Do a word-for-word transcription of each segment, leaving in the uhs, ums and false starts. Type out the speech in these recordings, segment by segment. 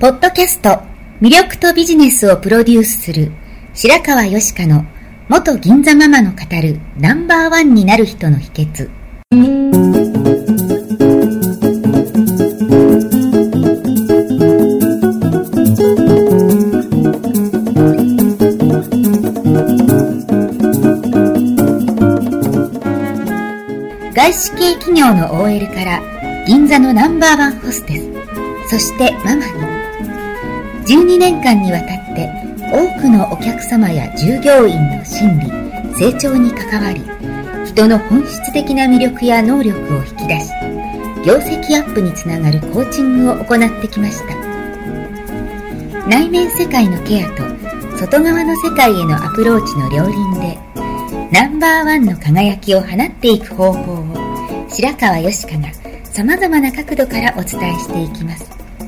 ポッドキャスト魅力とビジネスをプロデュースする白川よしかの元銀座ママの語るナンバーワンになる人の秘訣。外資系企業の オーエル から銀座のナンバーワンホステス、そしてママにじゅうにねんかんにわたって多くのお客様や従業員の心理、成長に関わり、人の本質的な魅力や能力を引き出し、業績アップにつながるコーチングを行ってきました。内面世界のケアと外側の世界へのアプローチの両輪でナンバーワンの輝きを放っていく方法を白川よしかがさまざまな角度からお伝えしていきます。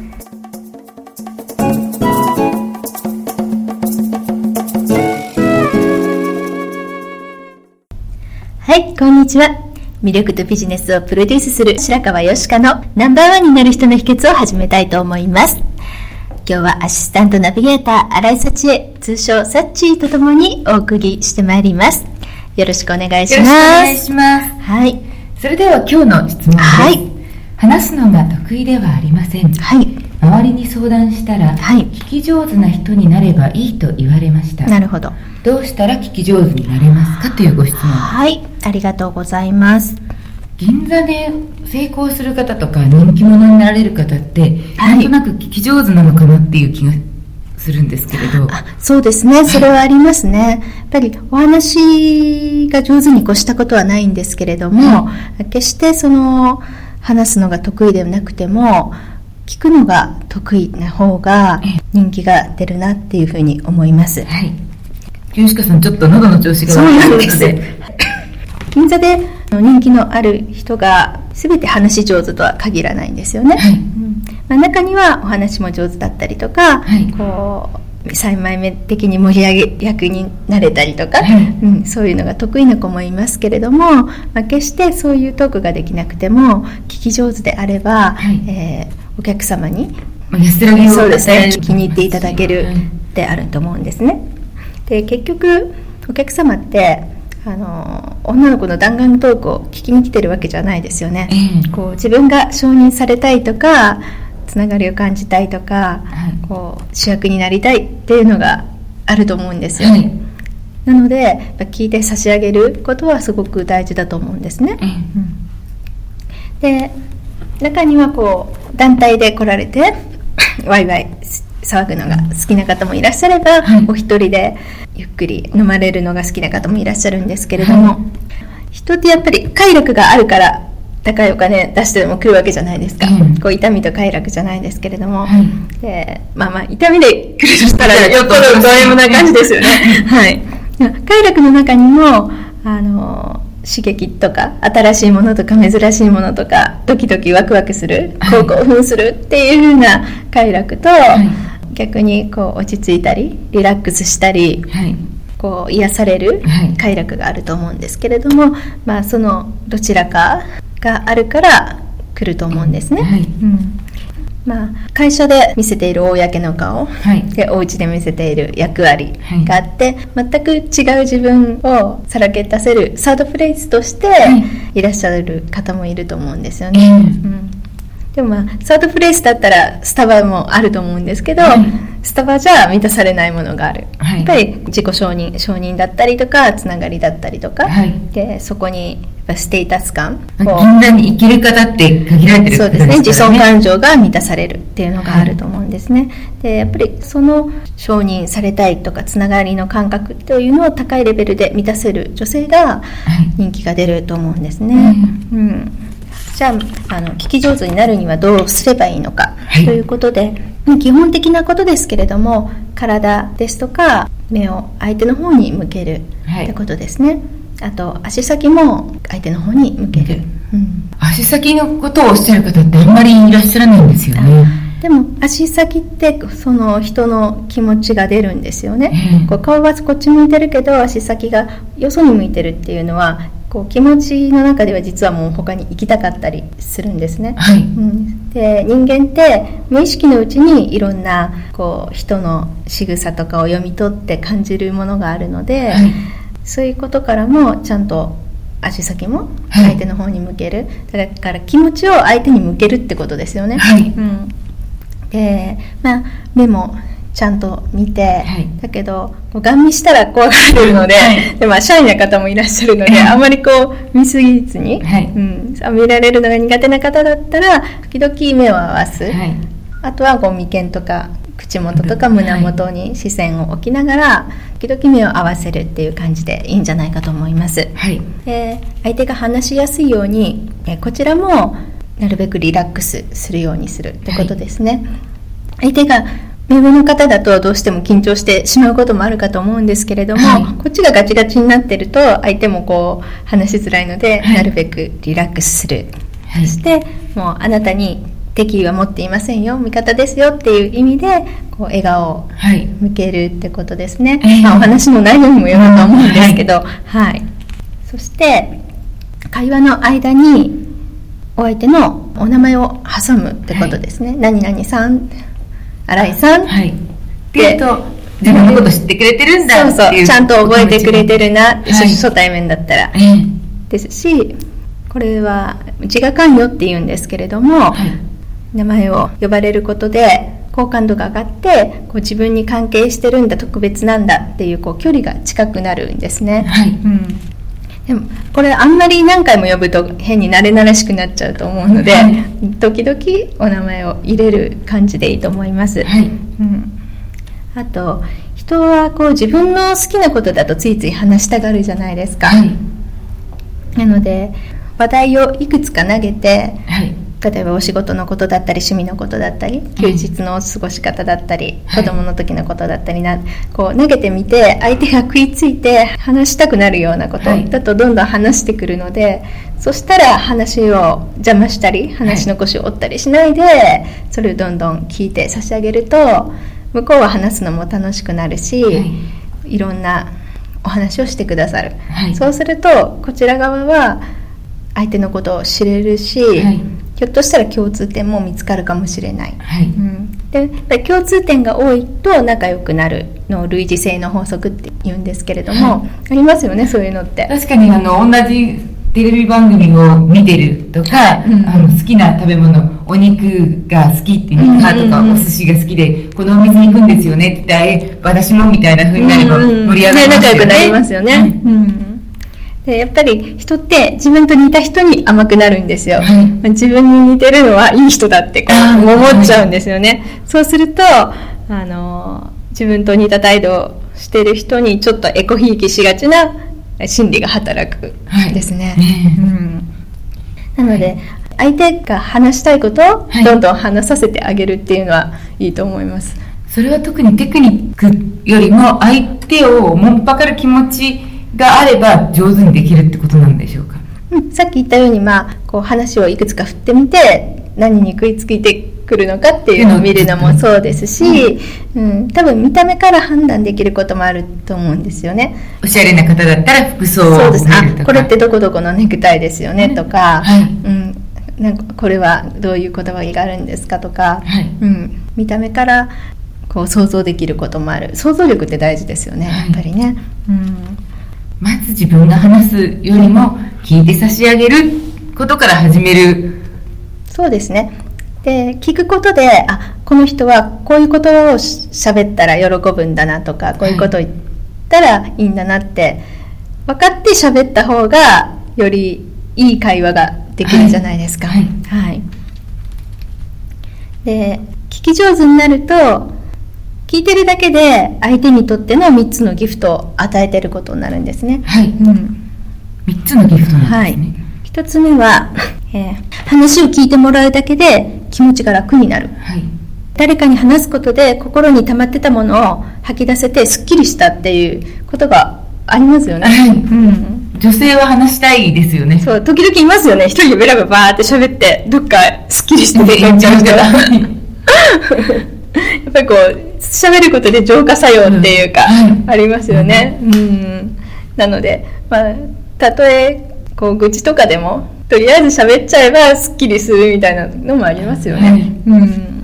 はい、こんにちは。魅力とビジネスをプロデュースする白川よしかのナンバーワンになる人の秘訣を始めたいと思います。今日はアシスタントナビゲーター新井幸恵、通称サッチーとともにお送りしてまいります。よろしくお願いします。よろしくお願いします。 はい。それでは今日の質問です。はい。話すのが得意ではありません。はい。周りに相談したら、はい、聞き上手な人になればいいと言われました。 なるほど。 どうしたら聞き上手になれますかというご質問です。 はい。ありがとうございます。 銀座で成功する方とか人気者になられる方って、はい、なんとなく聞き上手なのかなっていう気がするんですけれど。 あ、そうですね、それはありますね。やっぱりお話が上手に越したことはないんですけれども、はい、決してその話すのが得意ではなくても聞くのが得意な方が人気が出るなっていうふうに思います。 はい。よしかさん、ちょっと喉の調子が悪いので、そうなんです。銀座で人気のある人が全て話し上手とは限らないんですよね。はい。うん、まあ、中にはお話も上手だったりとか、はい、こうさんまいめ的に盛り上げ役になれたりとか、はい、うん、そういうのが得意な子もいますけれども、まあ、決してそういうトークができなくても聞き上手であれば、はい、えー、お客様に、 まあ、安らぎをそうですね、気に入っていただけるであると思うんですね。で、結局お客様ってあの女の子の弾丸トークを聞きに来てるわけじゃないですよね。えー、こう自分が承認されたいとか、つながりを感じたいとか、はい、こう主役になりたいっていうのがあると思うんですよ、はい、なので聞いて差し上げることはすごく大事だと思うんですね。えー、うん、で、中にはこう団体で来られてワイワイ騒ぐのが好きな方もいらっしゃれば、はい、お一人でゆっくり飲まれるのが好きな方もいらっしゃるんですけれども、はい、人ってやっぱり快楽があるから高いお金出しても来るわけじゃないですか。うん、こう痛みと快楽じゃないですけれども、はい、で、まあまあ痛みで来るとしたらよっぽどド M な感じですよね。はい。快楽の中にもあの刺激とか新しいものとか珍しいものとかドキドキワクワクする、こう興奮するっていう風な快楽と、はい、逆にこう落ち着いたりリラックスしたり、はい、こう癒される快楽があると思うんですけれども、はい、まあそのどちらかがあるから来ると思うんですね。はい、うん、まあ、会社で見せている公の顔、はい、でお家で見せている役割があって、はい、全く違う自分をさらけ出せるサードプレイスとしていらっしゃる方もいると思うんですよね。はい、うん、でもまあサードプレイスだったらスタバもあると思うんですけど、はい、スタバじゃ満たされないものがある、はい、やっぱり自己承認承認だったりとかつながりだったりとか、はい、でそこにステータス感、 銀座に行ける方って限られてる方ですからね。 そうですね、自尊感情が満たされるっていうのがあると思うんですね。はい、でやっぱりその承認されたいとかつながりの感覚というのを高いレベルで満たせる女性が人気が出ると思うんですね。はい、うん、じゃあ、あの聞き上手になるにはどうすればいいのか、はい、ということで、基本的なことですけれども、体ですとか目を相手の方に向けるってことですね。はい、あと足先も相手の方に向ける、 うん、足先のことをおっしゃる方ってあんまりいらっしゃらないんですよね。 でも足先ってその人の気持ちが出るんですよね。こう顔はこっち向いてるけど足先がよそに向いてるっていうのはこう気持ちの中では実はもう他に行きたかったりするんですね、 はい、 うん、で人間って無意識のうちにいろんなこう人の仕草とかを読み取って感じるものがあるので、はい、そういうことからもちゃんと足先も相手の方に向ける、はい、だから気持ちを相手に向けるってことですよね、 はい、 うん、で、まあ、目もちゃんと見て、はい、だけどガン見したら怖がられるので、はい、でまあ、シャイな方もいらっしゃるので、はい、あまりこう見すぎずに、はい、うん、見られるのが苦手な方だったら時々目を合わす、はい、あとはこう眉間とか口元とか胸元に視線を置きながら時々目を合わせるっていう感じでいいんじゃないかと思います、はい、で相手が話しやすいようにえこちらもなるべくリラックスするようにするってことですね、はい、相手が目上の方だとどうしても緊張してしまうこともあるかと思うんですけれども、はい、こっちがガチガチになってると相手もこう話しづらいので、はい、なるべくリラックスする、はい、そしてもうあなたに敵意は持っていませんよ、味方ですよっていう意味でこう笑顔を向けるってことですね、はい、まあ、お話の内容にもよると思うんですけど、はいはい、そして会話の間にお相手のお名前を挟むってことですね、はい、何々さん、新井さん、はい、 っていうと自分のこと知ってくれてるんだっていう、 そうそう、ちゃんと覚えてくれてるな、はい、初対面だったら、はい、ですし、これは字がかんよって言うんですけれども、はい、名前を呼ばれることで好感度が上がってこう自分に関係してるんだ、特別なんだっていう、こう距離が近くなるんですね、はい、うん、でもこれあんまり何回も呼ぶと変に慣れ慣れしくなっちゃうと思うので、はい、時々お名前を入れる感じでいいと思います、はい、うん、あと人はこう自分の好きなことだとついつい話したがるじゃないですか、はい、なので話題をいくつか投げて、はい、例えばお仕事のことだったり趣味のことだったり休日の過ごし方だったり、はい、子供の時のことだったりな、こう投げてみて相手が食いついて話したくなるようなことだとどんどん話してくるので、はい、そしたら話を邪魔したり話の腰を折ったりしないで、はい、それをどんどん聞いて差し上げると向こうは話すのも楽しくなるし、はい、いろんなお話をしてくださる、はい、そうするとこちら側は相手のことを知れるし、はい、ひょっとしたら共通点も見つかるかもしれない、はい、うん、でやっぱり共通点が多いと仲良くなるのを類似性の法則って言うんですけれども、はい、ありますよね、そういうのって。 確かにあの同じテレビ番組を見てるとか、うん、あの好きな食べ物、お肉が好きっていうかとか、うんうんうん、お寿司が好きでこのお店に行くんですよねって言って、私もみたいな風になれば盛り上がりますよね、うんうんね、 仲良くなりますよね、はい、うん、でやっぱり人って自分と似た人に甘くなるんですよ、はい、自分に似てるのはいい人だってこう思っちゃうんですよね、はい、そうするとあの自分と似た態度をしてる人にちょっとエコひいきしがちな心理が働くですね、はい、うん、なので相手が話したいことをどんどん話させてあげるっていうのはいいと思います、はい、 それは特にテクニックよりも相手をもっぱかる気持ちがあれば上手にできるってことなんでしょうか。 うん、さっき言ったように、まあ、こう話をいくつか振ってみて何に食いついてくるのかっていうのを見るのもそうですし、うんうん、多分見た目から判断できることもあると思うんですよね。 おしゃれな方だったら服装をそうです、あ、これってどこどこのネクタイですよねとか、はい、うん、なんかこれはどういう言葉があるんですかとか、はい、うん、見た目からこう想像できることもある。想像力って大事ですよね、はい、やっぱりね、うん、 まず自分が話すよりも聞いて差し上げることから始める。 そうですね。で聞くことで、あ、この人はこういう言葉を喋ったら喜ぶんだなとか、こういうことを言ったらいいんだなって分かって喋った方がよりいい会話ができるじゃないですか、はいはいはい、で聞き上手になると聞いてるだけで相手にとってのみっつのギフトを与えていることになるんですね。 はい、うん、みっつのギフトなんですね。はい、 ひとつめは、えー、話を聞いてもらうだけで気持ちが楽になる、はい、誰かに話すことで心に溜まってたものを吐き出せてすっきりしたっていうことがありますよね、はい、うん、 女性は話したいですよね。 そう、時々いますよね。一人でベラベラバーって喋ってどっかすっきりして出ちゃう人がやっぱりこう喋ることで浄化作用っていうか、うん、ありますよね、うん、なので、まあ、たとえこう愚痴とかでもとりあえず喋っちゃえばすっきりするみたいなのもありますよね、はい、うん、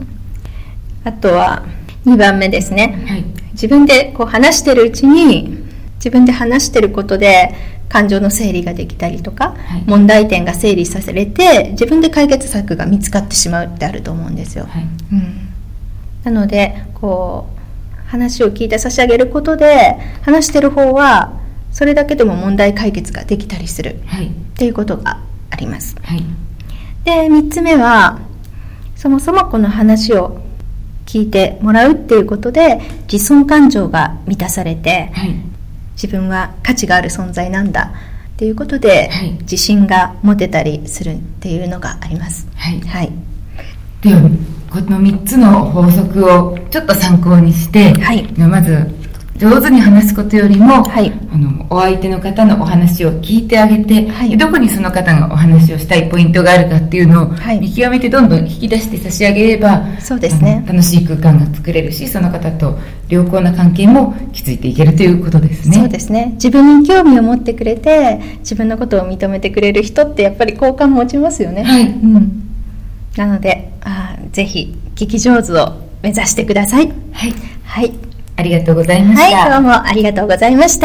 あとはにばんめですね、はい、自分でこう話してるうちに自分で話してることで感情の整理ができたりとか、はい、問題点が整理されて自分で解決策が見つかってしまうってあると思うんですよ、はい、うん、なのでこう話を聞いて差し上げることで話してる方はそれだけでも問題解決ができたりする、はい、っていうことがあります、はい、でみっつめはそもそもこの話を聞いてもらうっていうことで自尊感情が満たされて、はい、自分は価値がある存在なんだっていうことで、はい、自信が持てたりするっていうのがあります、はいはい、 ではこのみっつの法則をちょっと参考にして、はい、まず上手に話すことよりも、はい、あのお相手の方のお話を聞いてあげて、はい、どこにその方がお話をしたいポイントがあるかっていうのを見極めてどんどん引き出して差し上げれば、そうですね、楽しい空間が作れるしその方と良好な関係も築いていけるということですね。 そうですね、自分に興味を持ってくれて自分のことを認めてくれる人ってやっぱり好感持ちますよね、はい、うん、なのであぜひ聞き上手を目指してください。 はい、はい、ありがとうございました。 はい、どうもありがとうございました。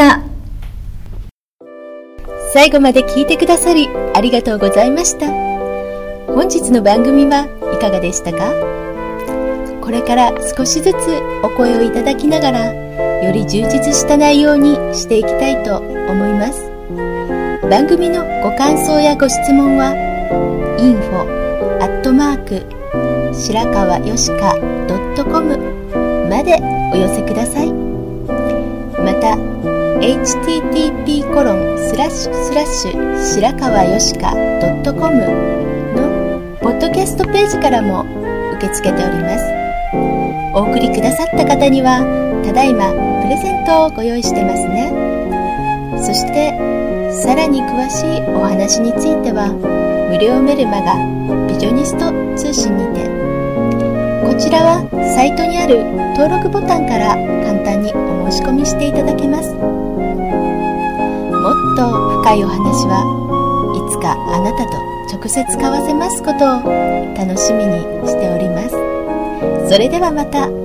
最後まで聞いてくださりありがとうございました。本日の番組はいかがでしたか？これから少しずつお声をいただきながらより充実した内容にしていきたいと思います。番組のご感想やご質問は インフォ アットマーク 白川よしか ドットコム までお寄せください。また エイチティーティーピーコロンスラッシュスラッシュ 白川よしか ドットコム のポッドキャストページからも受け付けております。お送りくださった方にはただいまプレゼントをご用意してますね。そしてさらに詳しいお話については無料メルマガビジョニスト通信にて、こちらはサイトにある登録ボタンから簡単にお申し込みしていただけます。もっと深いお話はいつかあなたと直接交わせますことを楽しみにしております。それではまた。